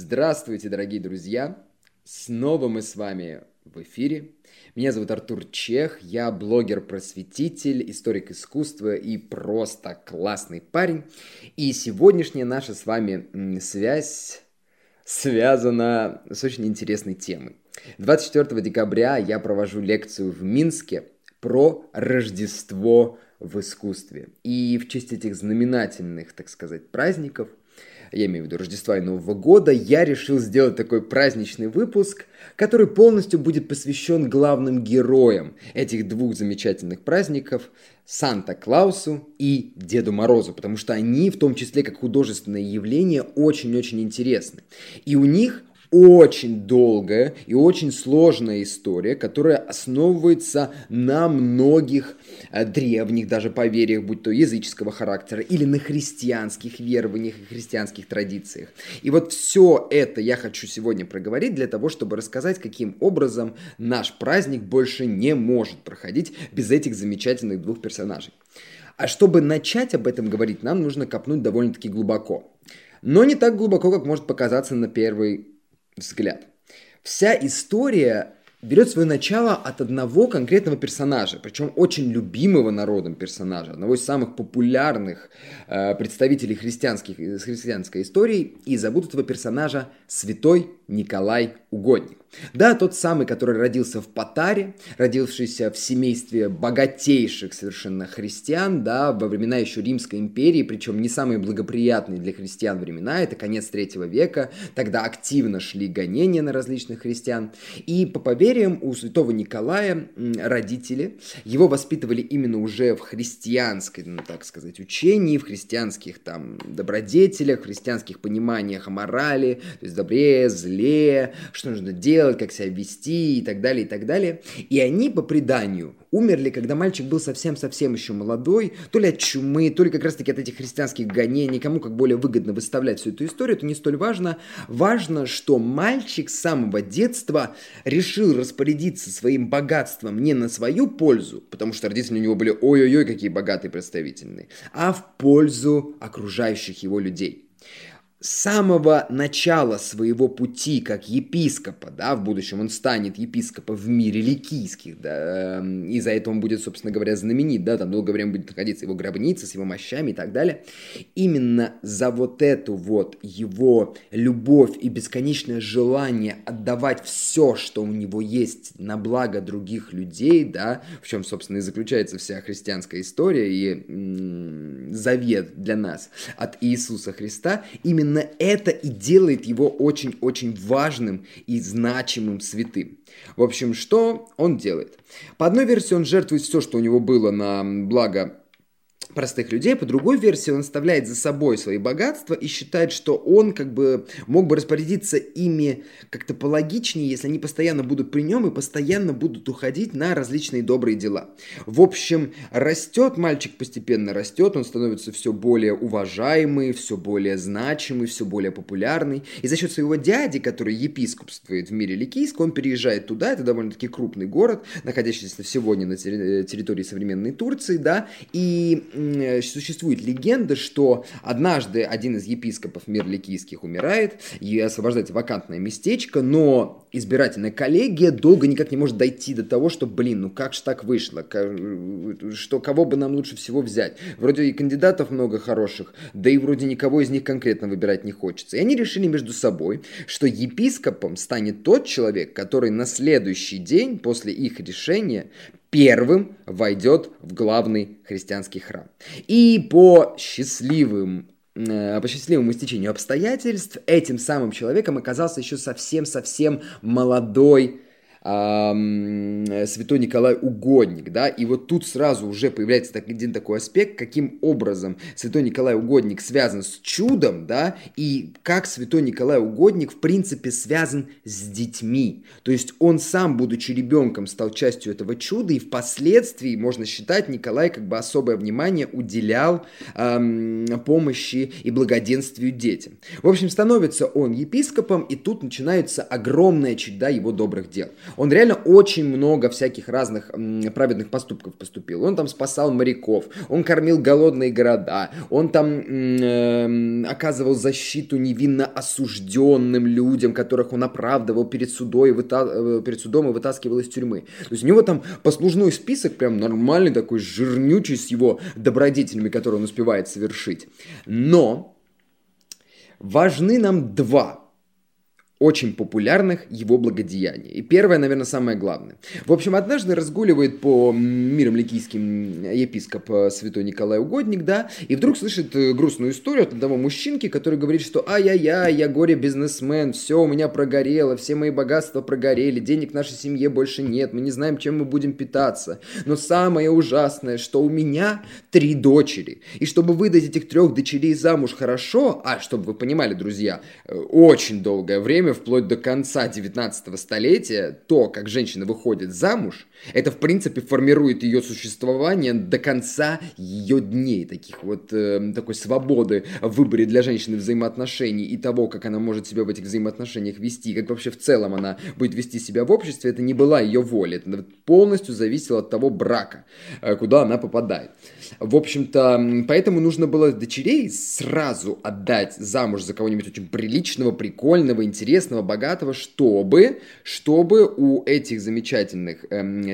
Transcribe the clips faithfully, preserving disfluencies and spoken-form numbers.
Здравствуйте, дорогие друзья! Снова мы с вами в эфире. Меня зовут Артур Чех, я блогер-просветитель, историк искусства и просто классный парень. И сегодняшняя наша с вами связь связана с очень интересной темой. двадцать четвёртого декабря я провожу лекцию в Минске про Рождество в искусстве. И в честь этих знаменательных, так сказать, праздников, я имею в виду Рождества и Нового года, я решил сделать такой праздничный выпуск, который полностью будет посвящен главным героям этих двух замечательных праздников – Санта-Клаусу и Деду Морозу, потому что они, в том числе как художественное явление, очень-очень интересны. И у них очень долгая и очень сложная история, которая основывается на многих э, древних даже поверьях, будь то языческого характера, или на христианских верованиях и христианских традициях. И вот все это я хочу сегодня проговорить для того, чтобы рассказать, каким образом наш праздник больше не может проходить без этих замечательных двух персонажей. А чтобы начать об этом говорить, нам нужно копнуть довольно-таки глубоко. Но не так глубоко, как может показаться на первый взгляд. Вся история берет свое начало от одного конкретного персонажа, причем очень любимого народом персонажа, одного из самых популярных э, представителей христианских, христианской истории, и зовут этого персонажа Святой Николай Угодник. Да, тот самый, который родился в Патаре, родившийся в семействе богатейших совершенно христиан, да, во времена еще Римской империи, причем не самые благоприятные для христиан времена, это конец третьего века, тогда активно шли гонения на различных христиан, и по поверьям у святого Николая родители его воспитывали именно уже в христианской, ну, так сказать, учении, в христианских там добродетелях, в христианских пониманиях о морали, то есть добре, зле, что нужно делать, как себя вести и так далее, и так далее. И они, по преданию, умерли, когда мальчик был совсем-совсем еще молодой, то ли от чумы, то ли как раз-таки от этих христианских гонений, кому как более выгодно выставлять всю эту историю, это не столь важно. Важно, что мальчик с самого детства решил распорядиться своим богатством не на свою пользу, потому что родители у него были ой-ой-ой, какие богатые представительные, а в пользу окружающих его людей. С самого начала своего пути как епископа, да, в будущем он станет епископом в мире ликийских, да, и за это он будет, собственно говоря, знаменит, да, там долгое время будет находиться его гробница с его мощами и так далее. Именно за вот эту вот его любовь и бесконечное желание отдавать все, что у него есть на благо других людей, да, в чем, собственно, и заключается вся христианская история и м- завет для нас от Иисуса Христа, именно это и делает его очень-очень важным и значимым святым. В общем, что он делает? По одной версии он жертвует все, что у него было на благо простых людей, по другой версии он оставляет за собой свои богатства и считает, что он как бы мог бы распорядиться ими как-то пологичнее, если они постоянно будут при нем и постоянно будут уходить на различные добрые дела. В общем, растет мальчик, постепенно растет, он становится все более уважаемый, все более значимый, все более популярный. И за счет своего дяди, который епископствует в мире ликийском, он переезжает туда, это довольно-таки крупный город, находящийся сегодня на территории современной Турции, да, и существует легенда, что однажды один из епископов мира ликийских умирает и освобождается вакантное местечко, но избирательная коллегия долго никак не может дойти до того, что, блин, ну как же так вышло, что кого бы нам лучше всего взять? Вроде и кандидатов много хороших, да и вроде никого из них конкретно выбирать не хочется. И они решили между собой, что епископом станет тот человек, который на следующий день после их решения первым войдет в главный христианский храм. И по счастливым, э, по счастливому стечению обстоятельств этим самым человеком оказался еще совсем-совсем молодой святой Николай Угодник, да, и вот тут сразу уже появляется так, один такой аспект, каким образом святой Николай Угодник связан с чудом, да, и как святой Николай Угодник, в принципе, связан с детьми, то есть он сам, будучи ребенком, стал частью этого чуда, и впоследствии, можно считать, Николай как бы особое внимание уделял эм, помощи и благоденствию детям. В общем, становится он епископом, и тут начинается огромная череда его добрых дел. Он реально очень много всяких разных м, праведных поступков поступил. Он там спасал моряков, он кормил голодные города, он там м, э, оказывал защиту невинно осужденным людям, которых он оправдывал перед, судой, выта... перед судом и вытаскивал из тюрьмы. То есть у него там послужной список прям нормальный такой, жирнючий, с его добродетелями, которые он успевает совершить. Но важны нам два очень популярных его благодеяния. И первое, наверное, самое главное. В общем, однажды разгуливает по мирам ликийским епископ святой Николай Угодник, да, и вдруг слышит грустную историю от одного мужчинки, который говорит, что ай-яй-яй, я горе-бизнесмен, все у меня прогорело, все мои богатства прогорели, денег в нашей семье больше нет, мы не знаем, чем мы будем питаться. Но самое ужасное, что у меня три дочери. И чтобы выдать этих трех дочерей замуж хорошо, а чтобы вы понимали, друзья, очень долгое время, вплоть до конца девятнадцатого столетия, то, как женщина выходит замуж, это, в принципе, формирует ее существование до конца ее дней. Таких вот, э, такой свободы в выборе для женщины взаимоотношений и того, как она может себя в этих взаимоотношениях вести, как вообще в целом она будет вести себя в обществе, это не была ее воля. Это полностью зависело от того брака, куда она попадает. В общем-то, поэтому нужно было дочерей сразу отдать замуж за кого-нибудь очень приличного, прикольного, интересного, богатого, чтобы, чтобы у этих замечательных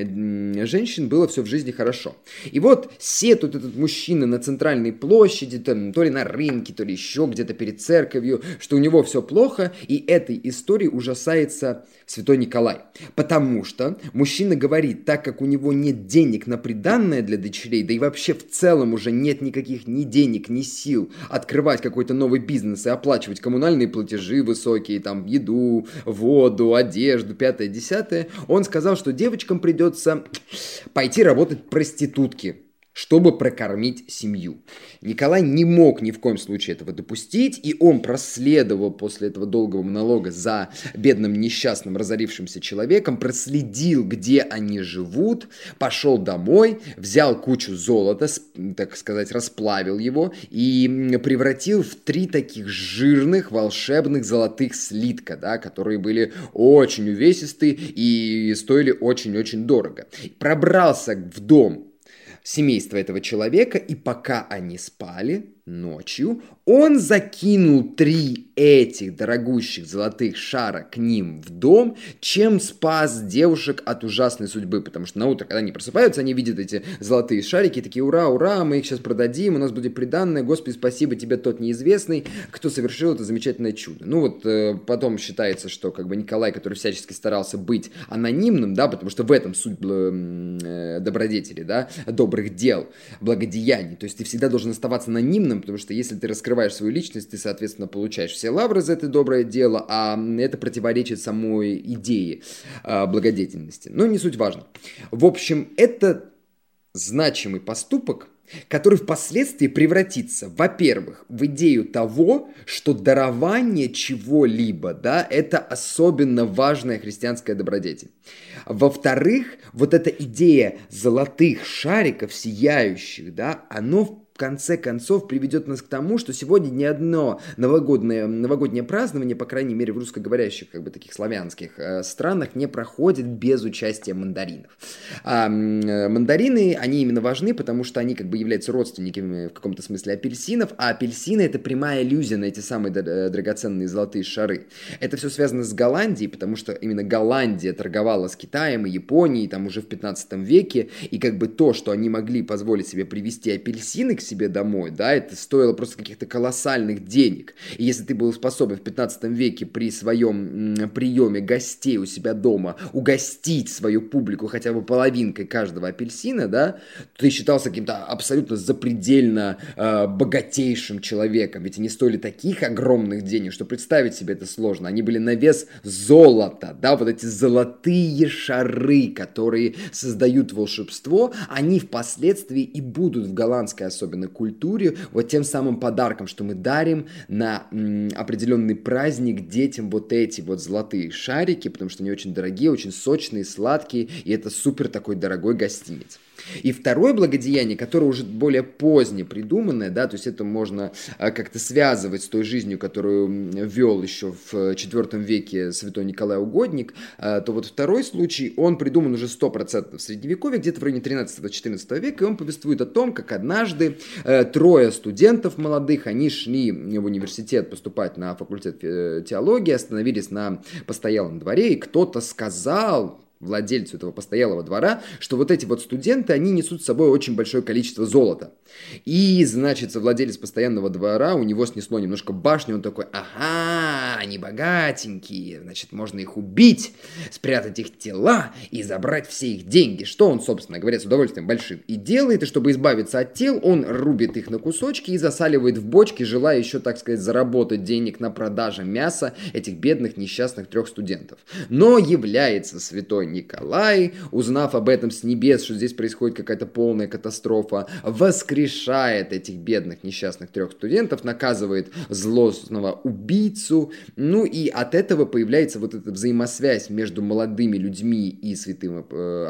э, женщин было все в жизни хорошо. И вот сетует этот мужчина на центральной площади, там, то ли на рынке, то ли еще где-то перед церковью, что у него все плохо, и этой истории ужасается святой Николай. Потому что мужчина говорит, так как у него нет денег на приданное для дочерей, да и вообще в целом уже нет никаких ни денег, ни сил открывать какой-то новый бизнес и оплачивать коммунальные платежи высокие, там, еду, воду, одежду, пятое, десятое, он сказал, что девочкам придется пойти работать проститутки, чтобы прокормить семью. Николай не мог ни в коем случае этого допустить, и он проследовал после этого долгого монолога за бедным, несчастным, разорившимся человеком, проследил, где они живут, пошел домой, взял кучу золота, так сказать, расплавил его и превратил в три таких жирных, волшебных золотых слитка, да, которые были очень увесистые и стоили очень-очень дорого. Пробрался в дом семейства этого человека, и пока они спали ночью, он закинул три этих дорогущих золотых шара к ним в дом, чем спас девушек от ужасной судьбы, потому что на утро, когда они просыпаются, они видят эти золотые шарики, и такие, ура, ура, мы их сейчас продадим, у нас будет приданное, Господи, спасибо тебе, тот неизвестный, кто совершил это замечательное чудо. Ну вот, э, потом считается, что как бы Николай, который всячески старался быть анонимным, да, потому что в этом суть э, добродетели, да, добрых дел, благодеяний, то есть ты всегда должен оставаться анонимным, потому что если ты раскрываешь свою личность, ты, соответственно, получаешь все лавры за это доброе дело, а это противоречит самой идее а, благодетельности. Но не суть важно. В общем, это значимый поступок, который впоследствии превратится, во-первых, в идею того, что дарование чего-либо, да, это особенно важная христианская добродетель. Во-вторых, вот эта идея золотых шариков, сияющих, да, оно в в конце концов приведет нас к тому, что сегодня ни одно новогоднее, новогоднее празднование, по крайней мере в русскоговорящих, как бы таких славянских э, странах, не проходит без участия мандаринов. А, э, мандарины, они именно важны, потому что они как бы являются родственниками в каком-то смысле апельсинов, а апельсины — это прямая аллюзия на эти самые драгоценные золотые шары. Это все связано с Голландией, потому что именно Голландия торговала с Китаем и Японией там уже в пятнадцатом веке, и как бы то, что они могли позволить себе привезти апельсины к себе домой, да, это стоило просто каких-то колоссальных денег. И если ты был способен в пятнадцатом веке при своем м, приеме гостей у себя дома угостить свою публику хотя бы половинкой каждого апельсина, да, то ты считался каким-то абсолютно запредельно э, богатейшим человеком. Ведь они стоили таких огромных денег, что представить себе это сложно. Они были на вес золота, да, вот эти золотые шары, которые создают волшебство, они впоследствии и будут в голландской особенно культуре вот тем самым подарком, что мы дарим на м, определенный праздник детям вот эти вот золотые шарики, потому что они очень дорогие, очень сочные, сладкие, и это супер такой дорогой гостиниц. И второе благодеяние, которое уже более позднее придуманное, да, то есть это можно а, как-то связывать с той жизнью, которую вел еще в четвертом веке святой Николай Угодник, а, то вот второй случай, он придуман уже сто процентов в Средневековье, где-то в районе тринадцатого-четырнадцатого века, и он повествует о том, как однажды э, трое студентов молодых, они шли в университет поступать на факультет теологии, остановились на постоялом дворе, и кто-то сказал владельцу этого постоялого двора, что вот эти вот студенты, они несут с собой очень большое количество золота. И, значит, владелец постоянного двора, у него снесло немножко башню, он такой: ага, они богатенькие, значит, можно их убить, спрятать их тела и забрать все их деньги. Что он, собственно говоря, с удовольствием большим и делает, и чтобы избавиться от тел, он рубит их на кусочки и засаливает в бочки, желая еще, так сказать, заработать денег на продаже мяса этих бедных несчастных трех студентов. Но является святой Николай, узнав об этом с небес, что здесь происходит какая-то полная катастрофа, воскрешает этих бедных несчастных трех студентов, наказывает злостного убийцу, ну и от этого появляется вот эта взаимосвязь между молодыми людьми и святым,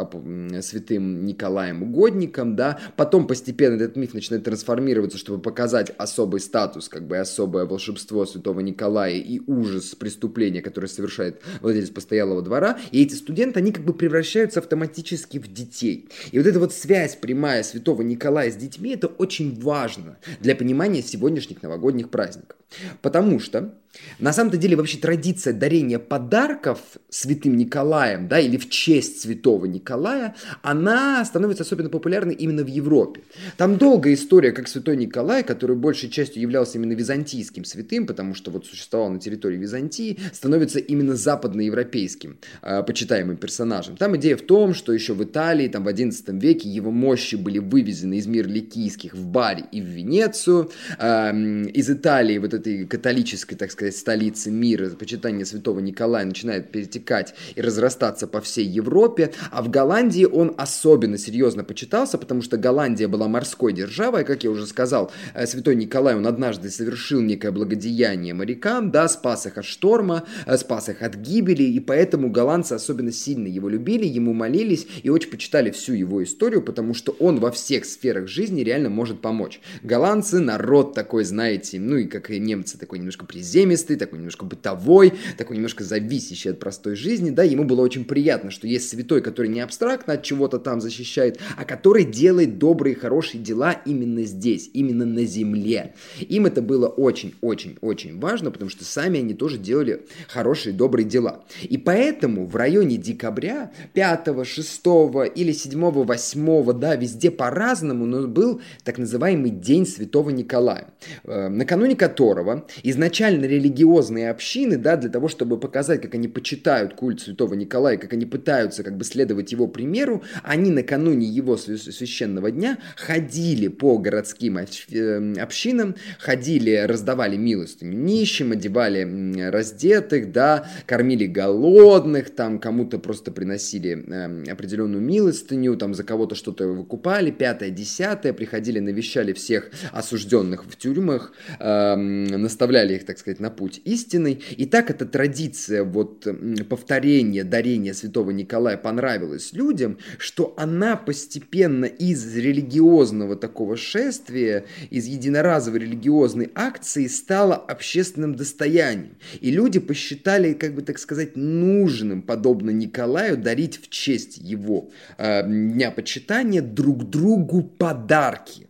э, святым Николаем Угодником, да, потом постепенно этот миф начинает трансформироваться, чтобы показать особый статус, как бы особое волшебство святого Николая и ужас преступления, которое совершает владелец постоялого двора, и эти студенты, они как бы превращаются автоматически в детей. И вот эта вот связь прямая святого Николая с детьми, это очень важно для понимания сегодняшних новогодних праздников. Потому что на самом-то деле вообще традиция дарения подарков святым Николаем, да, или в честь святого Николая, она становится особенно популярной именно в Европе. Там долгая история, как святой Николай, который большей частью являлся именно византийским святым, потому что вот существовал на территории Византии, становится именно западноевропейским э, почитаемым персонажем. Там идея в том, что еще в Италии, там в одиннадцатом веке его мощи были вывезены из мира ликийских в Барь и в Венецию. Э, из Италии, вот этой католической, так сказать, столицы мира, почитание святого Николая начинает перетекать и разрастаться по всей Европе, а в Голландии он особенно серьезно почитался, потому что Голландия была морской державой, как я уже сказал, святой Николай, он однажды совершил некое благодеяние морякам, да, спас их от шторма, спас их от гибели, и поэтому голландцы особенно сильно его любили, ему молились и очень почитали всю его историю, потому что он во всех сферах жизни реально может помочь. Голландцы, народ такой, знаете, ну и как и немцы, такой немножко приземистый, такой немножко бытовой, такой немножко зависящий от простой жизни, да, ему было очень приятно, что есть святой, который не абстрактно от чего-то там защищает, а который делает добрые, хорошие дела именно здесь, именно на земле. Им это было очень-очень-очень важно, потому что сами они тоже делали хорошие, добрые дела. И поэтому в районе декабря, пятого, шестого или седьмого, восьмого, да, везде по-разному, но был так называемый День Святого Николая, накануне которого изначально религиозные общины, да, для того, чтобы показать, как они почитают культ Святого Николая, как они пытаются как бы следовать его примеру, они накануне его священного дня ходили по городским общинам, ходили, раздавали милостыню нищим, одевали раздетых, да, кормили голодных, там кому-то просто приносили э, определенную милостыню, там за кого-то что-то выкупали, пятое, десятое, приходили, навещали всех осужденных в тюрьмах, э, наставляли их, так сказать, на путь истинный. И так эта традиция вот повторения, дарения святого Николая понравилась людям, что она постепенно из религиозного такого шествия, из единоразовой религиозной акции стала общественным достоянием. И люди посчитали, как бы так сказать, нужным, подобно Николаю, дарить в честь его э, дня почитания друг другу подарки.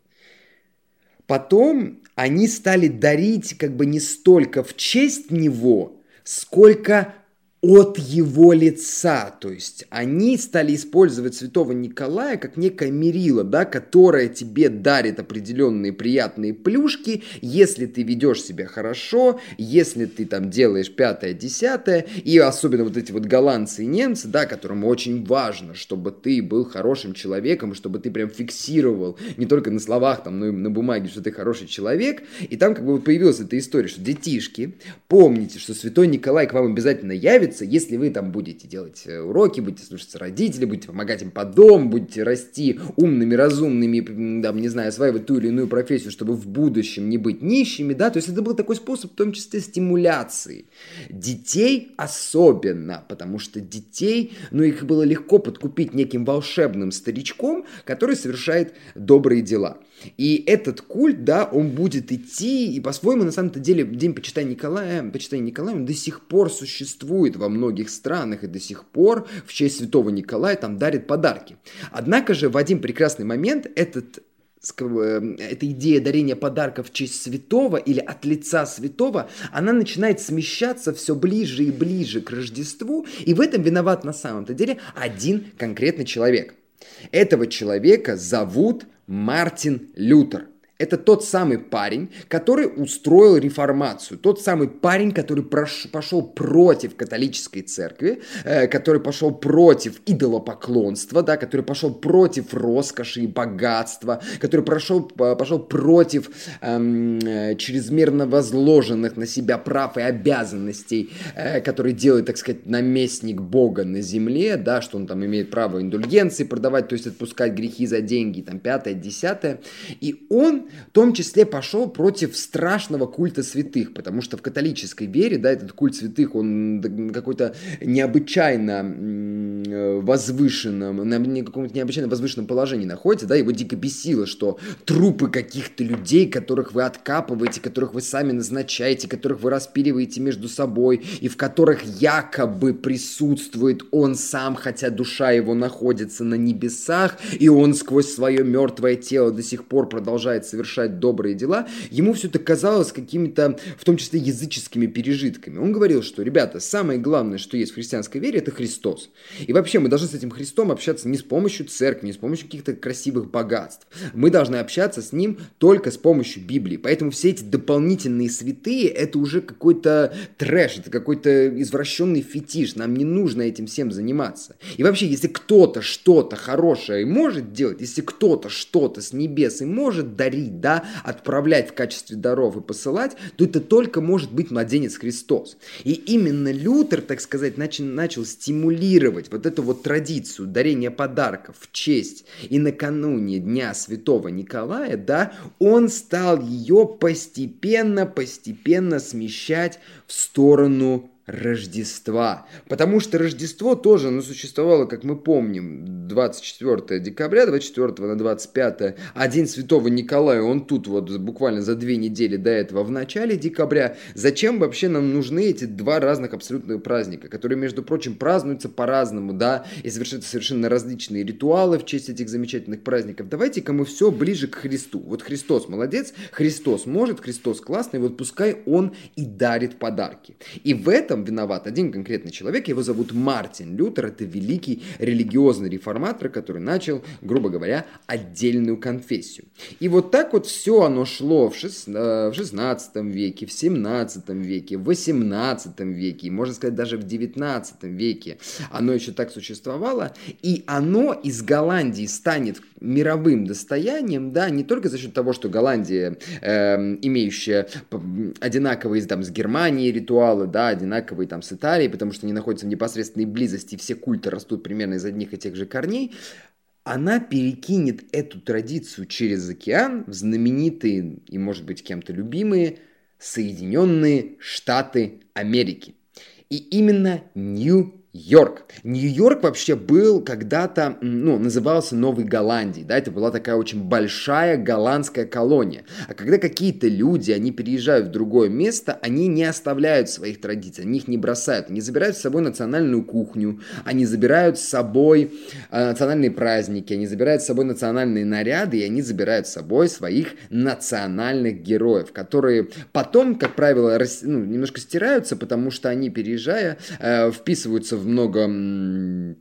Потом они стали дарить как бы не столько в честь него, сколько от его лица. То есть они стали использовать святого Николая как некое мерило, да, которое тебе дарит определенные приятные плюшки, если ты ведешь себя хорошо, если ты там делаешь пятое, десятое, и особенно вот эти вот голландцы и немцы, да, которым очень важно, чтобы ты был хорошим человеком, чтобы ты прям фиксировал не только на словах, там, но и на бумаге, что ты хороший человек. И там как бы вот появилась эта история, что детишки, помните, что святой Николай к вам обязательно явится, нравится, если вы там будете делать уроки, будете слушаться родителей, будете помогать им по дому, будете расти умными, разумными, там, не знаю, осваивать ту или иную профессию, чтобы в будущем не быть нищими, да, то есть это был такой способ, в том числе, стимуляции. Детей особенно, потому что детей, ну, их было легко подкупить неким волшебным старичком, который совершает добрые дела. И этот культ, да, он будет идти, и по-своему, на самом-то деле, День почитания Николая, почитания Николая, он до сих пор существует во многих странах, и до сих пор в честь святого Николая там дарят подарки. Однако же в один прекрасный момент этот эта идея дарения подарков в честь святого или от лица святого, она начинает смещаться все ближе и ближе к Рождеству, и в этом виноват на самом-то деле один конкретный человек. Этого человека зовут Мартин Лютер. Это тот самый парень, который устроил реформацию, тот самый парень, который прош, пошел против католической церкви, э, который пошел против идолопоклонства, да, который пошел против роскоши и богатства, который прошел, пошел против э, чрезмерно возложенных на себя прав и обязанностей, э, которые делает, так сказать, наместник Бога на земле, да, что он там имеет право индульгенции продавать, то есть отпускать грехи за деньги, там, пятое, десятое, и он в том числе пошел против страшного культа святых, потому что в католической вере, да, этот культ святых, он какой-то необычайно возвышенном, на каком-то необычайно возвышенном положении находится, да, его дико бесило, что трупы каких-то людей, которых вы откапываете, которых вы сами назначаете, которых вы распиливаете между собой, и в которых якобы присутствует он сам, хотя душа его находится на небесах, и он сквозь свое мертвое тело до сих пор продолжает совершать добрые дела, ему все это казалось какими-то, в том числе, языческими пережитками. Он говорил, что, ребята, самое главное, что есть в христианской вере, это Христос. И вообще мы должны с этим Христом общаться не с помощью церкви, не с помощью каких-то красивых богатств. Мы должны общаться с ним только с помощью Библии. Поэтому все эти дополнительные святые, это уже какой-то трэш, это какой-то извращенный фетиш. Нам не нужно этим всем заниматься. И вообще, если кто-то что-то хорошее может делать, если кто-то что-то с небес и может дарить, да, отправлять в качестве даров и посылать, то это только может быть младенец Христос. И именно Лютер, так сказать, начал, начал стимулировать вот эту вот традицию дарения подарков в честь и накануне Дня Святого Николая, да, он стал ее постепенно-постепенно смещать в сторону Рождества. Потому что Рождество тоже, оно существовало, как мы помним, двадцать четвёртого декабря, двадцать четвёртого на двадцать пятое, а День Святого Николая, он тут вот буквально за две недели до этого, в начале декабря. Зачем вообще нам нужны эти два разных абсолютных праздника, которые, между прочим, празднуются по-разному, да, и совершаются совершенно различные ритуалы в честь этих замечательных праздников. Давайте-ка мы все ближе к Христу. Вот Христос молодец, Христос может, Христос классный, вот пускай он и дарит подарки. И в этом виноват один конкретный человек, его зовут Мартин Лютер, это великий религиозный реформатор, который начал, грубо говоря, отдельную конфессию. И вот так вот все оно шло в шестнадцатом веке, в семнадцатом веке, в восемнадцатом веке, и, можно сказать, даже в девятнадцатом веке оно еще так существовало, и оно из Голландии станет мировым достоянием, да, не только за счет того, что Голландия, э, имеющая одинаковые там с Германией ритуалы, да, одинаковые там с Италией, потому что они находятся в непосредственной близости, все культы растут примерно из одних и тех же корней, она перекинет эту традицию через океан в знаменитые и, может быть, кем-то любимые Соединенные Штаты Америки. И именно Нью-Йорк. Нью-Йорк. Нью-Йорк вообще был когда-то, ну, назывался Новой Голландией, да, это была такая очень большая голландская колония. А когда какие-то люди, они переезжают в другое место, они не оставляют своих традиций, они их не бросают, они забирают с собой национальную кухню, они забирают с собой э, национальные праздники, они забирают с собой национальные наряды, и они забирают с собой своих национальных героев, которые потом, как правило, рас, ну, немножко стираются, потому что они, переезжая, э, вписываются в много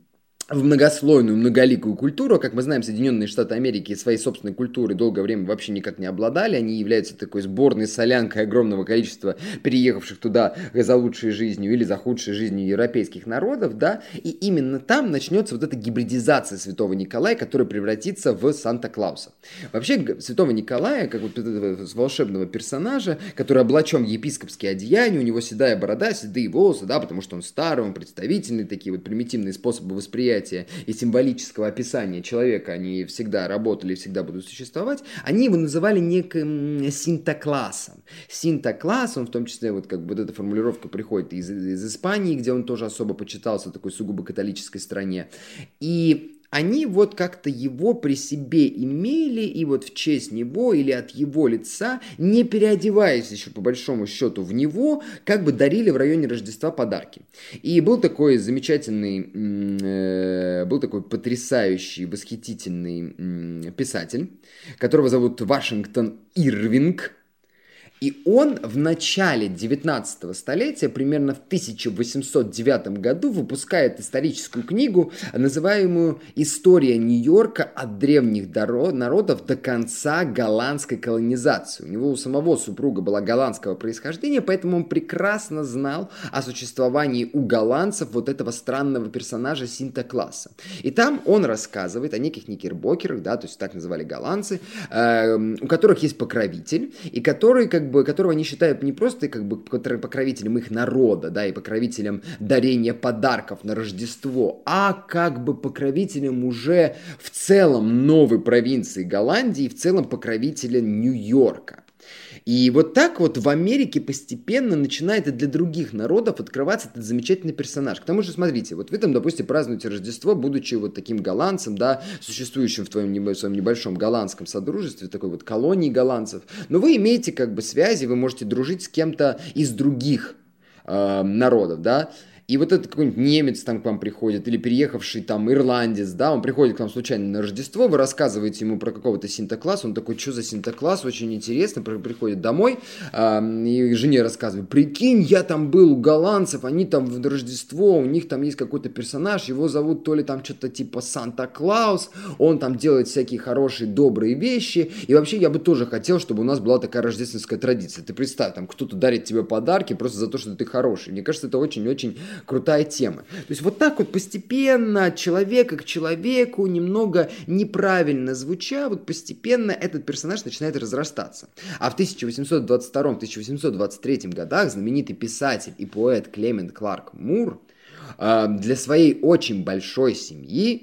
в многослойную, многоликую культуру. Как мы знаем, Соединенные Штаты Америки своей собственной культурой долгое время вообще никак не обладали. Они являются такой сборной солянкой огромного количества переехавших туда за лучшей жизнью или за худшей жизнью европейских народов, да, и именно там начнется вот эта гибридизация Святого Николая, которая превратится в Санта-Клауса. Вообще, Святого Николая, как вот этого волшебного персонажа, который облачен в епископские одеяния, у него седая борода, седые волосы, да, потому что он старый, он представительный, такие вот примитивные способы восприятия и символического описания человека, они всегда работали и всегда будут существовать, они его называли неким синтоклассом. Синтокласс, он в том числе, вот как бы вот эта формулировка приходит из, из Испании, где он тоже особо почитался, такой сугубо католической стране. И они вот как-то его при себе имели, и вот в честь него или от его лица, не переодеваясь еще по большому счету в него, как бы дарили в районе Рождества подарки. И был такой замечательный, э, был такой потрясающий, восхитительный э, писатель, которого зовут Вашингтон Ирвинг. И он в начале девятнадцатого столетия, примерно в тысяча восемьсот девятом году, выпускает историческую книгу, называемую «История Нью-Йорка от древних народов до конца голландской колонизации». У него у самого супруга была голландского происхождения, поэтому он прекрасно знал о существовании у голландцев вот этого странного персонажа Синтокласса. И там он рассказывает о неких никербокерах, да, то есть так называли голландцы, э, у которых есть покровитель, и который как бы, которого они считают не просто как бы покровителем их народа, да, и покровителем дарения подарков на Рождество, а как бы покровителем уже в целом новой провинции Голландии, в целом покровителем Нью-Йорка. И вот так вот в Америке постепенно начинает и для других народов открываться этот замечательный персонаж. К тому же, смотрите, вот вы там, допустим, празднуете Рождество, будучи вот таким голландцем, да, существующим в твоем, в своем небольшом голландском содружестве, такой вот колонии голландцев, но вы имеете как бы связи, вы можете дружить с кем-то из других э, народов, да. И вот этот какой-нибудь немец там к вам приходит, или переехавший там ирландец, да, он приходит к вам случайно на Рождество, вы рассказываете ему про какого-то Синтокласса, он такой, что за Синтокласс, очень интересно, приходит домой, э, и жене рассказывает, прикинь, я там был у голландцев, они там в Рождество, у них там есть какой-то персонаж, его зовут то ли там что-то типа Санта-Клаус, он там делает всякие хорошие, добрые вещи, и вообще я бы тоже хотел, чтобы у нас была такая рождественская традиция. Ты представь, там кто-то дарит тебе подарки просто за то, что ты хороший. Мне кажется, это очень-очень крутая тема. То есть вот так вот постепенно от человека к человеку, немного неправильно звуча, вот постепенно этот персонаж начинает разрастаться. А в тысяча восемьсот двадцать втором — тысяча восемьсот двадцать третьем годах знаменитый писатель и поэт Клемент Кларк Мур э, для своей очень большой семьи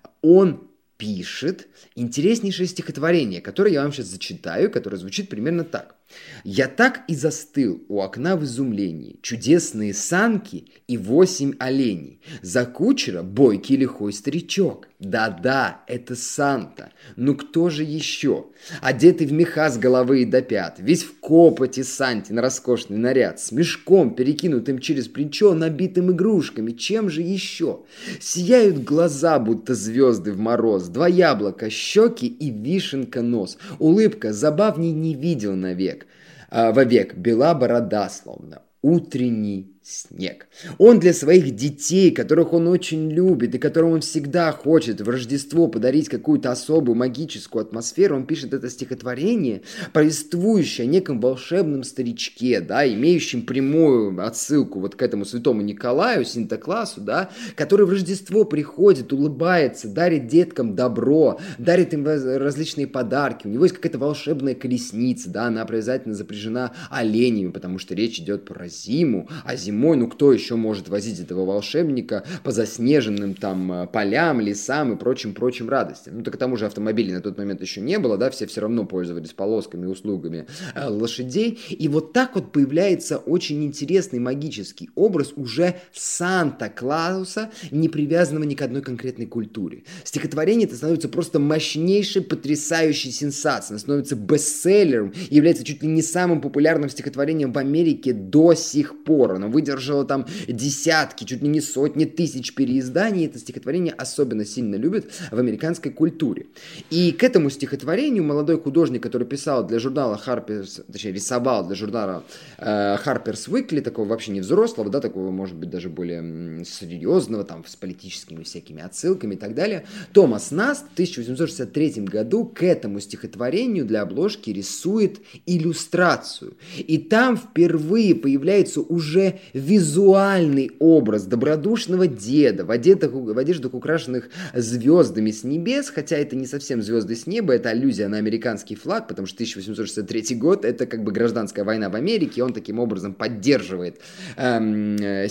он пишет интереснейшее стихотворение, которое я вам сейчас зачитаю, которое звучит примерно так. «Я так и застыл у окна в изумлении, чудесные санки и восемь оленей. За кучера бойкий лихой старичок. Да-да, это Санта. Ну кто же еще? Одетый в меха с головы и до пят, весь в копоти Сантин роскошный наряд, с мешком, перекинутым через плечо, набитым игрушками. Чем же еще? Сияют глаза, будто звезды в мороз, два яблока, щеки и вишенка нос. Улыбка забавней не видел навек. А, вовек бела борода, словно утренний снег. Он для своих детей, которых он очень любит и которым он всегда хочет в Рождество подарить какую-то особую магическую атмосферу, он пишет это стихотворение, повествующее о неком волшебном старичке, да, имеющем прямую отсылку вот к этому святому Николаю, Синтоклассу, да, который в Рождество приходит, улыбается, дарит деткам добро, дарит им различные подарки. У него есть какая-то волшебная колесница, да, она обязательно запряжена оленями, потому что речь идет про зиму, а зимой, ну кто еще может возить этого волшебника по заснеженным там полям, лесам и прочим-прочим радостям. Ну так к тому же автомобилей на тот момент еще не было, да, все все равно пользовались полосками и услугами э, лошадей. И вот так вот появляется очень интересный магический образ уже Санта-Клауса, не привязанного ни к одной конкретной культуре. Стихотворение это становится просто мощнейшей, потрясающей сенсацией, оно становится бестселлером и является чуть ли не самым популярным стихотворением в Америке до сих пор. Оно выйдет выдержало там десятки, чуть ли не сотни тысяч переизданий. Это стихотворение особенно сильно любят в американской культуре. И к этому стихотворению молодой художник, который писал для журнала Harper's, точнее, рисовал для журнала э, Harper's Weekly, такого вообще не взрослого, да, такого, может быть, даже более м, серьезного, там, с политическими всякими отсылками и так далее, Томас Наст в тысяча восемьсот шестьдесят третьем году к этому стихотворению для обложки рисует иллюстрацию. И там впервые появляется уже визуальный образ добродушного деда в одетых, в одеждах, украшенных звездами с небес, хотя это не совсем звезды с неба, это аллюзия на американский флаг, потому что тысяча восемьсот шестьдесят третий год это как бы гражданская война в Америке, и он таким образом поддерживает эм, э,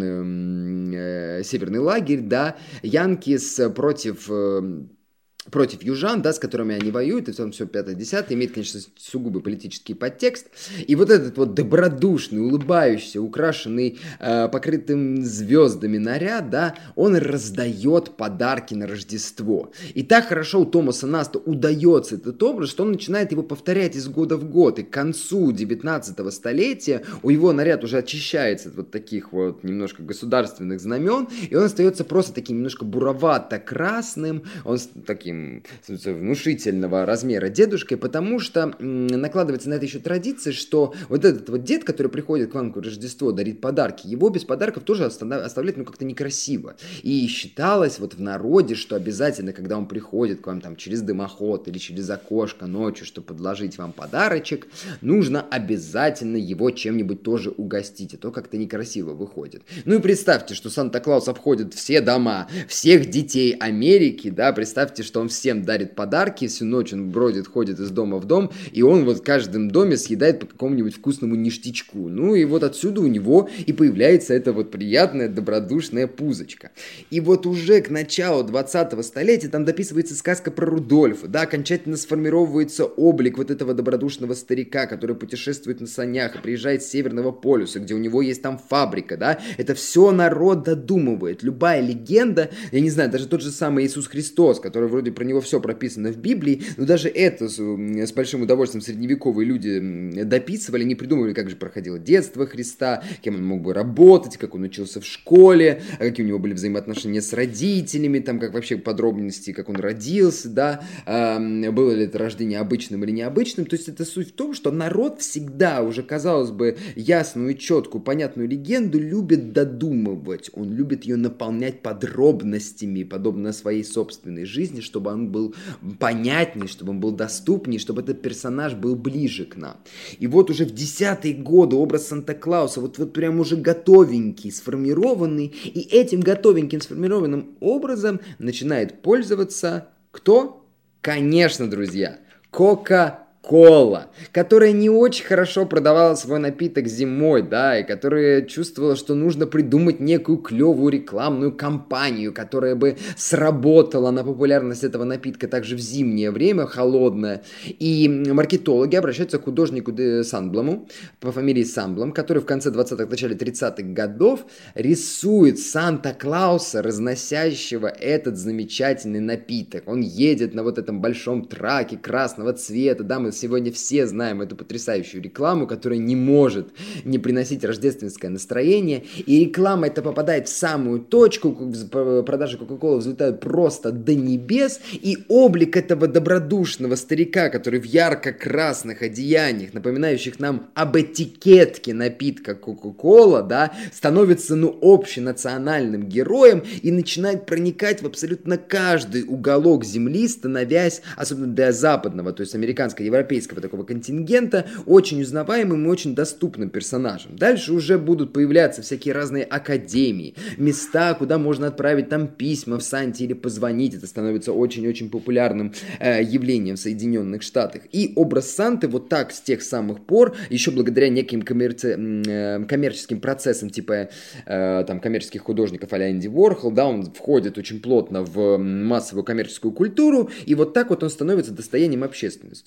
северную, э, северный лагерь, да, Янкис против... Э, против южан, да, с которыми они воюют, и в том все пятое-десятое, имеет, конечно, сугубый политический подтекст. И вот этот вот добродушный, улыбающийся, украшенный, э, покрытым звездами наряд, да, он раздает подарки на Рождество. И так хорошо у Томаса Наста удается этот образ, что он начинает его повторять из года в год. И к концу девятнадцатого столетия у его наряд уже очищается от вот таких вот немножко государственных знамен, и он остается просто таким немножко буровато-красным, он таким внушительного размера дедушкой, потому что м, накладывается на это еще традиция, что вот этот вот дед, который приходит к вам к Рождеству, дарит подарки, его без подарков тоже оставлять, ну, как-то некрасиво. И считалось вот в народе, что обязательно, когда он приходит к вам там через дымоход или через окошко ночью, чтобы подложить вам подарочек, нужно обязательно его чем-нибудь тоже угостить, а то как-то некрасиво выходит. Ну и представьте, что Санта-Клаус обходит все дома, всех детей Америки, да, представьте, что он всем дарит подарки, всю ночь он бродит, ходит из дома в дом, и он вот в каждом доме съедает по какому-нибудь вкусному ништячку. Ну и вот отсюда у него и появляется эта вот приятная, добродушная пузочка. И вот уже к началу двадцатого столетия там дописывается сказка про Рудольфа, да, окончательно сформировывается облик вот этого добродушного старика, который путешествует на санях и приезжает с Северного полюса, где у него есть там фабрика, да, это все народ додумывает. Любая легенда, я не знаю, даже тот же самый Иисус Христос, который вроде про него все прописано в Библии, но даже это с, с большим удовольствием средневековые люди дописывали, не придумывали, как же проходило детство Христа, кем он мог бы работать, как он учился в школе, а какие у него были взаимоотношения с родителями, там, как вообще подробности, как он родился, да, э, было ли это рождение обычным или необычным. То есть это суть в том, что народ всегда уже, казалось бы, ясную, четкую, понятную легенду любит додумывать, он любит ее наполнять подробностями, подобно своей собственной жизни, чтобы он был понятнее, чтобы он был доступнее, чтобы этот персонаж был ближе к нам. И вот уже в десятые годы образ Санта-Клауса вот, вот прям уже готовенький, сформированный, и этим готовеньким сформированным образом начинает пользоваться кто? Конечно, друзья, Кока-Кола, которая не очень хорошо продавала свой напиток зимой, да, и которая чувствовала, что нужно придумать некую клевую рекламную кампанию, которая бы сработала на популярность этого напитка также в зимнее время, холодное. И маркетологи обращаются к художнику Санблому, по фамилии Санблом, который в конце двадцатых, начале тридцатых годов рисует Санта-Клауса, разносящего этот замечательный напиток. Он едет на вот этом большом траке красного цвета, да, мы сегодня все знаем эту потрясающую рекламу, которая не может не приносить рождественское настроение, и реклама эта попадает в самую точку, продажи Кока-Колы взлетают просто до небес, и облик этого добродушного старика, который в ярко-красных одеяниях, напоминающих нам об этикетке напитка Кока-Кола, да, становится, ну, общенациональным героем и начинает проникать в абсолютно каждый уголок земли, становясь, особенно для западного, то есть американского, европейского такого контингента, очень узнаваемым и очень доступным персонажем. Дальше уже будут появляться всякие разные академии, места, куда можно отправить там письма в Санте или позвонить. Это становится очень-очень популярным э, явлением в Соединенных Штатах. И образ Санты вот так с тех самых пор, еще благодаря неким коммерци... э, коммерческим процессам, типа э, там коммерческих художников а-ля Энди Уорхол, да, он входит очень плотно в массовую коммерческую культуру, и вот так вот он становится достоянием общественности. Плюс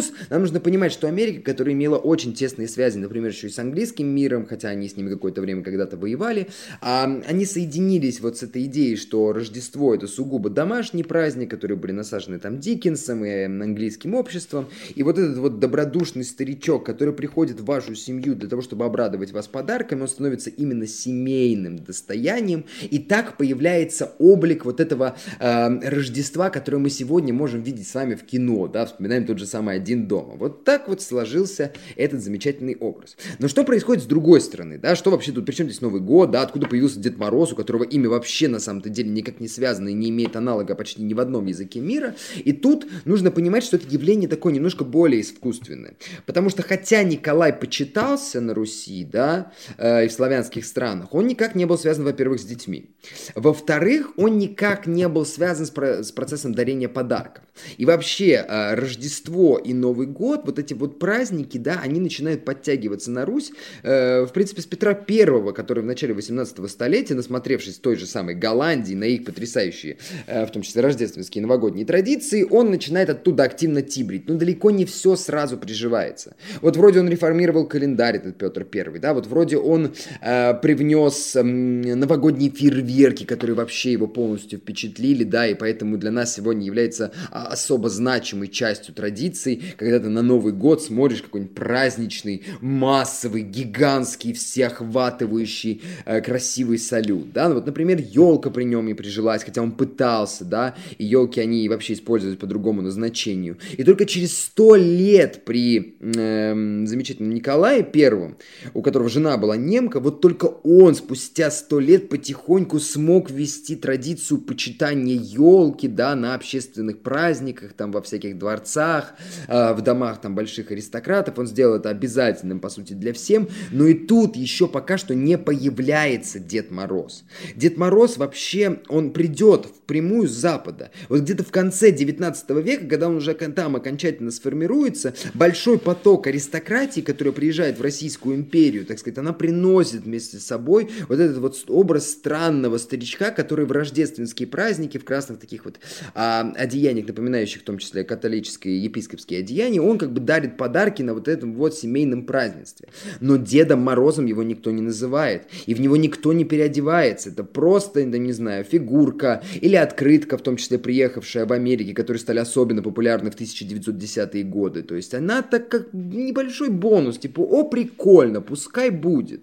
Плюс нам нужно понимать, что Америка, которая имела очень тесные связи, например, еще и с английским миром, хотя они с ними какое-то время когда-то воевали, а, они соединились вот с этой идеей, что Рождество — это сугубо домашний праздник, которые были насажены там Диккенсом и английским обществом, и вот этот вот добродушный старичок, который приходит в вашу семью для того, чтобы обрадовать вас подарками, он становится именно семейным достоянием, и так появляется облик вот этого э, Рождества, которое мы сегодня можем видеть с вами в кино, да, вспоминаем тот же самый «Один дома». Вот так вот сложился этот замечательный образ. Но что происходит с другой стороны, да, что вообще тут, при чем здесь Новый год, да, откуда появился Дед Мороз, у которого имя вообще на самом-то деле никак не связано и не имеет аналога почти ни в одном языке мира, и тут нужно понимать, что это явление такое немножко более искусственное, потому что хотя Николай почитался на Руси, да, э, и в славянских странах, он никак не был связан, во-первых, с детьми, во-вторых, он никак не был связан с, про- с процессом дарения подарков, и вообще э, Рождество и Новый год, вот эти вот праздники, да, они начинают подтягиваться на Русь, э, в принципе, с Петра Первого, который в начале восемнадцатого столетия, насмотревшись той же самой Голландии на их потрясающие, э, в том числе рождественские новогодние традиции, он начинает оттуда активно тибрить. Но далеко не все сразу приживается. Вот вроде он реформировал календарь, этот Петр Первый, да, вот вроде он э, привнес э, новогодние фейерверки, которые вообще его полностью впечатлили, да, и поэтому для нас сегодня является а, особо значимой частью традиций, когда ты на Новый год смотришь какой-нибудь праздничный, массовый, гигантский, всеохватывающий, э, красивый салют, да, ну, вот, например, елка при нем и прижилась, хотя он пытался, да, и елки они вообще используют по другому назначению. И только через сто лет при э, замечательном Николае Первом, у которого жена была немка, вот только он спустя сто лет потихоньку смог ввести традицию почитания елки, да, на общественных праздниках, там, во всяких дворцах, э, в домах там больших аристократов. Он сделал это обязательным, по сути, для всем. Но и тут еще пока что не появляется Дед Мороз. Дед Мороз вообще, он придет впрямую с Запада. Вот где-то в конце девятнадцатого века, когда он уже там окончательно сформируется, большой поток аристократии, которая приезжает в Российскую империю, так сказать, она приносит вместе с собой вот этот вот образ странного старичка, который в рождественские праздники, в красных таких вот а, одеяниях, напоминающих в том числе католические епископские одеяния, он как бы дарит подарки на вот этом вот семейном празднестве. Но Дедом Морозом его никто не называет, и в него никто не переодевается. Это просто, да, не знаю, фигурка или открытка, в том числе приехавшая в Америке, которые стали особенно популярны в тысяча девятьсот десятые годы. То есть она так как небольшой бонус, типа, о, прикольно, пускай будет.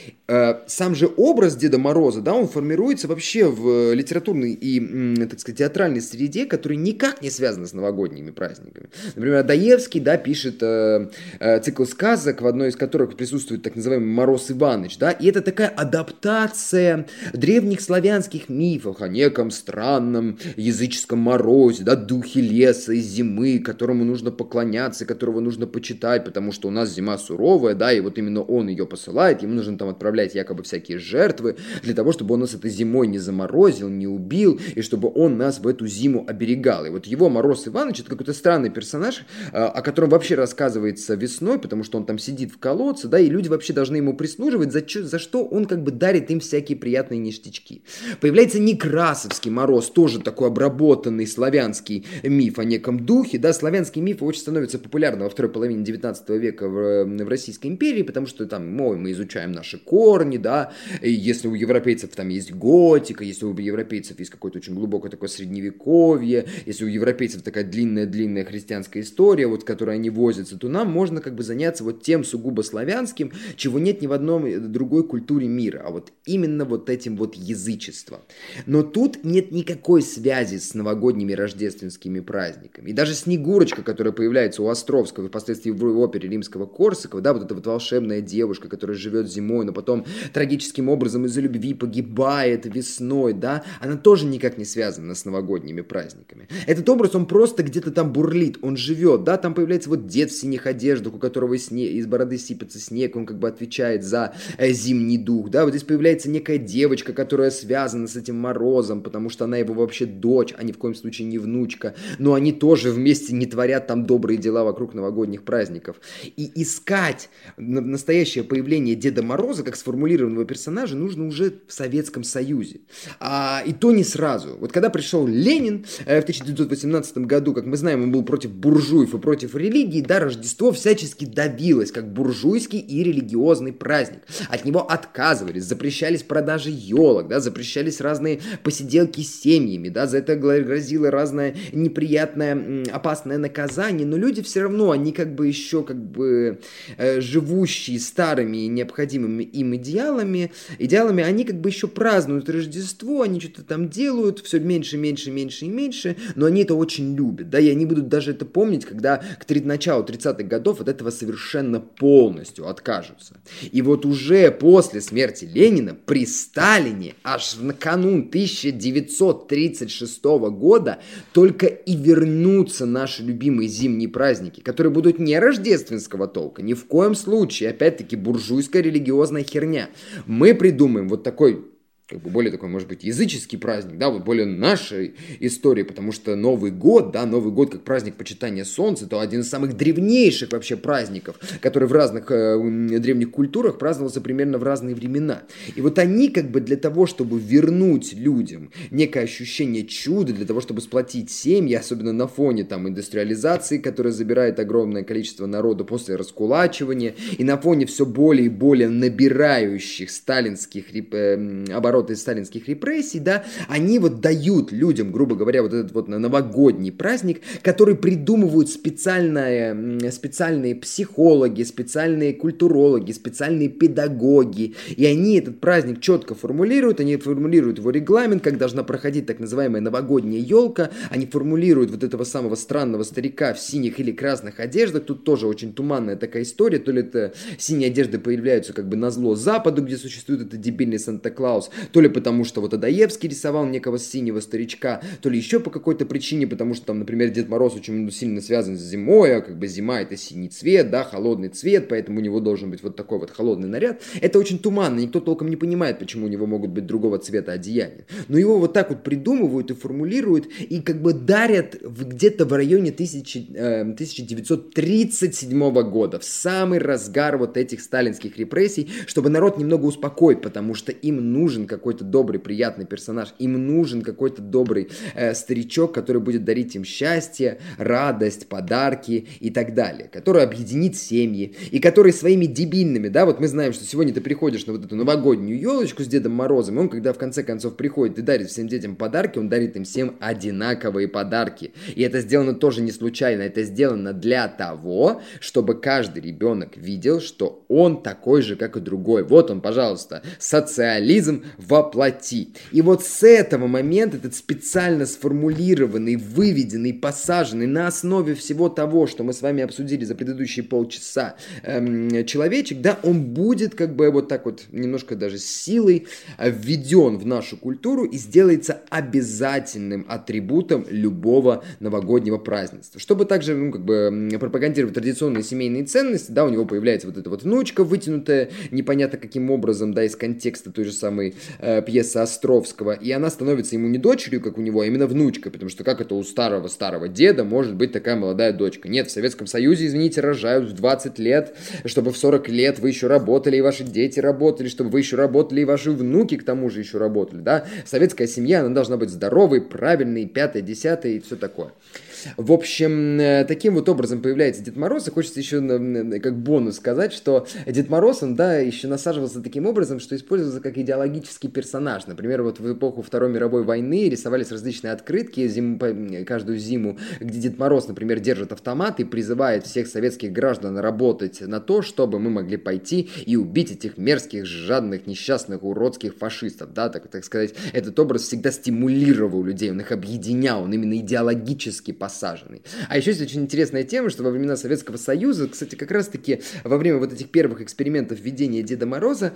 Сам же образ Деда Мороза, да, он формируется вообще в литературной и, так сказать, театральной среде, которая никак не связана с новогодними праздниками. Например, Достоевский, да, пишет э, э, цикл сказок, в одной из которых присутствует так называемый Мороз Иваныч, да, и это такая адаптация древних славянских мифов о неком странном языческом морозе, да, духе леса и зимы, которому нужно поклоняться, которого нужно почитать, потому что у нас зима суровая, да, и вот именно он ее посылает, ему нужно там отправлять якобы всякие жертвы для того, чтобы он нас этой зимой не заморозил, не убил, и чтобы он нас в эту зиму оберегал. И вот его Мороз Иваныч — это какой-то странный персонаж, о котором вообще рассказывается весной, потому что он там сидит в колодце, да, и люди вообще должны ему прислуживать, за, чё, за что он как бы дарит им всякие приятные ништячки. Появляется Некрасовский Мороз, тоже такой обработанный славянский миф о неком духе, да, славянские мифы очень становятся популярны во второй половине девятнадцатого века в, в Российской империи, потому что там, ой, мы изучаем наши корни, да, и если у европейцев там есть готика, если у европейцев есть какое-то очень глубокое такое средневековье, если у европейцев такая длинная-длинная христианская история, вот, в которой они возятся, то нам можно как бы заняться вот тем сугубо славянским, чего нет ни в одной другой культуре мира, а вот именно вот этим вот язычеством. Но тут нет никакой связи с новогодними рождественскими праздниками. И даже Снегурочка, которая появляется у Островского и впоследствии в опере римского Корсакова, да, вот эта вот волшебная девушка, которая живет зимой, но потом трагическим образом из-за любви погибает весной, да, она тоже никак не связана с новогодними праздниками. Этот образ, он просто где-то там бурлит, он живет, да, там появляется вот дед в синих одеждах, у которого из, сне... из бороды сыпется снег, он как бы отвечает за э, зимний дух, да, вот здесь появляется некая девочка, которая связана с этим Морозом, потому что она его вообще дочь, а ни в коем случае не внучка, но они тоже вместе не творят там добрые дела вокруг новогодних праздников. И искать настоящее появление Деда Мороза как сформулированного персонажа нужно уже в Советском Союзе. А, и то не сразу. Вот когда пришел Ленин э, в тысяча девятьсот восемнадцатом году, как мы знаем, он был против буржуев бунтов и против религии, да, Рождество всячески давилось, как буржуйский и религиозный праздник. От него отказывались, запрещались продажи елок, да, запрещались разные посиделки с семьями, да, за это грозило разное неприятное, опасное наказание, но люди все равно, они как бы еще как бы э, живущие старыми и необходимыми им идеалами, идеалами, они как бы еще празднуют Рождество, они что-то там делают, все меньше, меньше, меньше и меньше, но они это очень любят, да, и они будут даже это помнить, когда к началу тридцатых годов от этого совершенно полностью откажутся. И вот уже после смерти Ленина при Сталине аж в канун тысяча девятьсот тридцать шестого года только и вернутся наши любимые зимние праздники, которые будут не рождественского толка, ни в коем случае, опять-таки, буржуйская религиозная херня. Мы придумаем вот такой, как бы более такой, может быть, языческий праздник, да, вот более нашей истории, потому что Новый год, да, Новый год как праздник почитания солнца, это один из самых древнейших вообще праздников, который в разных э, древних культурах праздновался примерно в разные времена. И вот они как бы для того, чтобы вернуть людям некое ощущение чуда, для того, чтобы сплотить семьи, особенно на фоне там индустриализации, которая забирает огромное количество народа после раскулачивания, и на фоне все более и более набирающих сталинских э, оборотов из сталинских репрессий, да, они вот дают людям, грубо говоря, вот этот вот новогодний праздник, который придумывают специальные, специальные психологи, специальные культурологи, специальные педагоги, и они этот праздник четко формулируют, они формулируют его регламент, как должна проходить так называемая новогодняя елка, они формулируют вот этого самого странного старика в синих или красных одеждах, тут тоже очень туманная такая история, то ли это синие одежды появляются как бы назло Западу, где существует этот дебильный Санта-Клаус, то ли потому, что вот Адаевский рисовал некого синего старичка, то ли еще по какой-то причине, потому что там, например, Дед Мороз очень сильно связан с зимой, а как бы зима это синий цвет, да, холодный цвет, поэтому у него должен быть вот такой вот холодный наряд. Это очень туманно, никто толком не понимает, почему у него могут быть другого цвета одеяния. Но его вот так вот придумывают и формулируют, и как бы дарят в, где-то в районе тысячи, э, тысяча девятьсот тридцать седьмого года, в самый разгар вот этих сталинских репрессий, чтобы народ немного успокоить, потому что им нужен какой-то добрый, приятный персонаж, им нужен какой-то добрый э, старичок, который будет дарить им счастье, радость, подарки и так далее, который объединит семьи, и который своими дебильными, да, вот мы знаем, что сегодня ты приходишь на вот эту новогоднюю елочку с Дедом Морозом, и он, когда в конце концов приходит и дарит всем детям подарки, он дарит им всем одинаковые подарки, и это сделано тоже не случайно, это сделано для того, чтобы каждый ребенок видел, что он такой же, как и другой, вот он, пожалуйста, социализм воплоти. И вот с этого момента этот специально сформулированный, выведенный, посаженный на основе всего того, что мы с вами обсудили за предыдущие полчаса, эм, человечек, да, он будет как бы вот так вот немножко даже с силой введен в нашу культуру и сделается обязательным атрибутом любого новогоднего празднества. Чтобы также, ну, как бы пропагандировать традиционные семейные ценности, да, у него появляется вот эта вот внучка, вытянутая непонятно каким образом, да, из контекста той же самой э, пьесы Островского, и она становится ему не дочерью, как у него, а именно внучкой, потому что как это у старого-старого деда может быть такая молодая дочка? Нет, в Советском Союзе, извините, рожают в двадцать лет, чтобы в сорок лет вы еще работали, и ваши дети работали, чтобы вы еще работали, и ваши внуки к тому же еще работали, да? Советская семья, она должна быть здоровой, правильной, пятое, десятое и все такое. В общем, таким вот образом появляется Дед Мороз, и хочется еще как бонус сказать, что Дед Мороз, он, да, еще насаживался таким образом, что использовался как идеологический персонаж. Например, вот в эпоху Второй мировой войны рисовались различные открытки зиму, каждую зиму, где Дед Мороз, например, держит автомат и призывает всех советских граждан работать на то, чтобы мы могли пойти и убить этих мерзких, жадных, несчастных, уродских фашистов, да, так, так сказать. Этот образ всегда стимулировал людей, он их объединял, он именно идеологически посаженный. А еще есть очень интересная тема, что во времена Советского Союза, кстати, как раз-таки во время вот этих первых экспериментов введения Деда Мороза,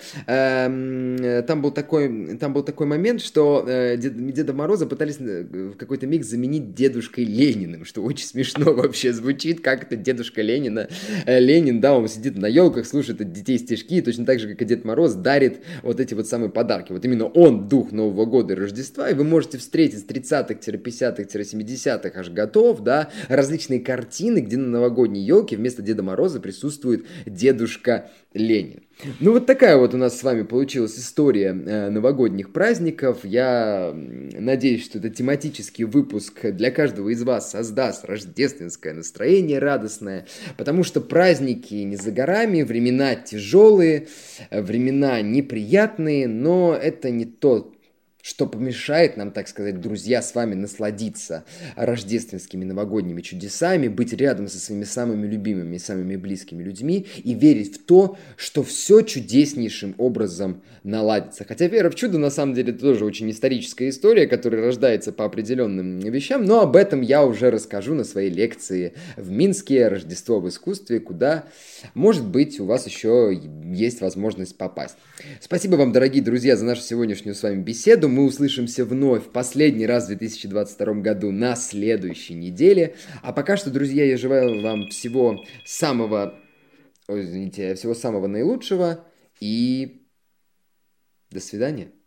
э, там, был такой, там был такой момент, что э, Дед, Деда Мороза пытались в какой-то миг заменить Дедушкой Лениным, что очень смешно вообще звучит, как это Дедушка Ленина. Э, Ленин, да, он сидит на елках, слушает от детей стишки, точно так же, как и Дед Мороз, дарит вот эти вот самые подарки. Вот именно он дух Нового года и Рождества, и вы можете встретить с тридцатых-пятидесятых, семидесятых аж готов, да, различные картины, где на новогодней елке вместо Деда Мороза присутствует Дедушка Ленин. Ну, вот такая вот у нас с вами получилась история э, новогодних праздников. Я м, надеюсь, что этот тематический выпуск для каждого из вас создаст рождественское настроение радостное, потому что праздники не за горами, времена тяжелые, э, времена неприятные, но это не то, что помешает нам, так сказать, друзья, с вами насладиться рождественскими новогодними чудесами, быть рядом со своими самыми любимыми и самыми близкими людьми и верить в то, что все чудеснейшим образом наладится. Хотя вера в чудо, на самом деле, это тоже очень историческая история, которая рождается по определенным вещам, но об этом я уже расскажу на своей лекции в Минске «Рождество в искусстве», куда, может быть, у вас еще есть возможность попасть. Спасибо вам, дорогие друзья, за нашу сегодняшнюю с вами беседу. Мы услышимся вновь в последний раз в две тысячи двадцать втором году на следующей неделе. А пока что, друзья, я желаю вам всего самого, ой, извините, всего самого наилучшего и до свидания.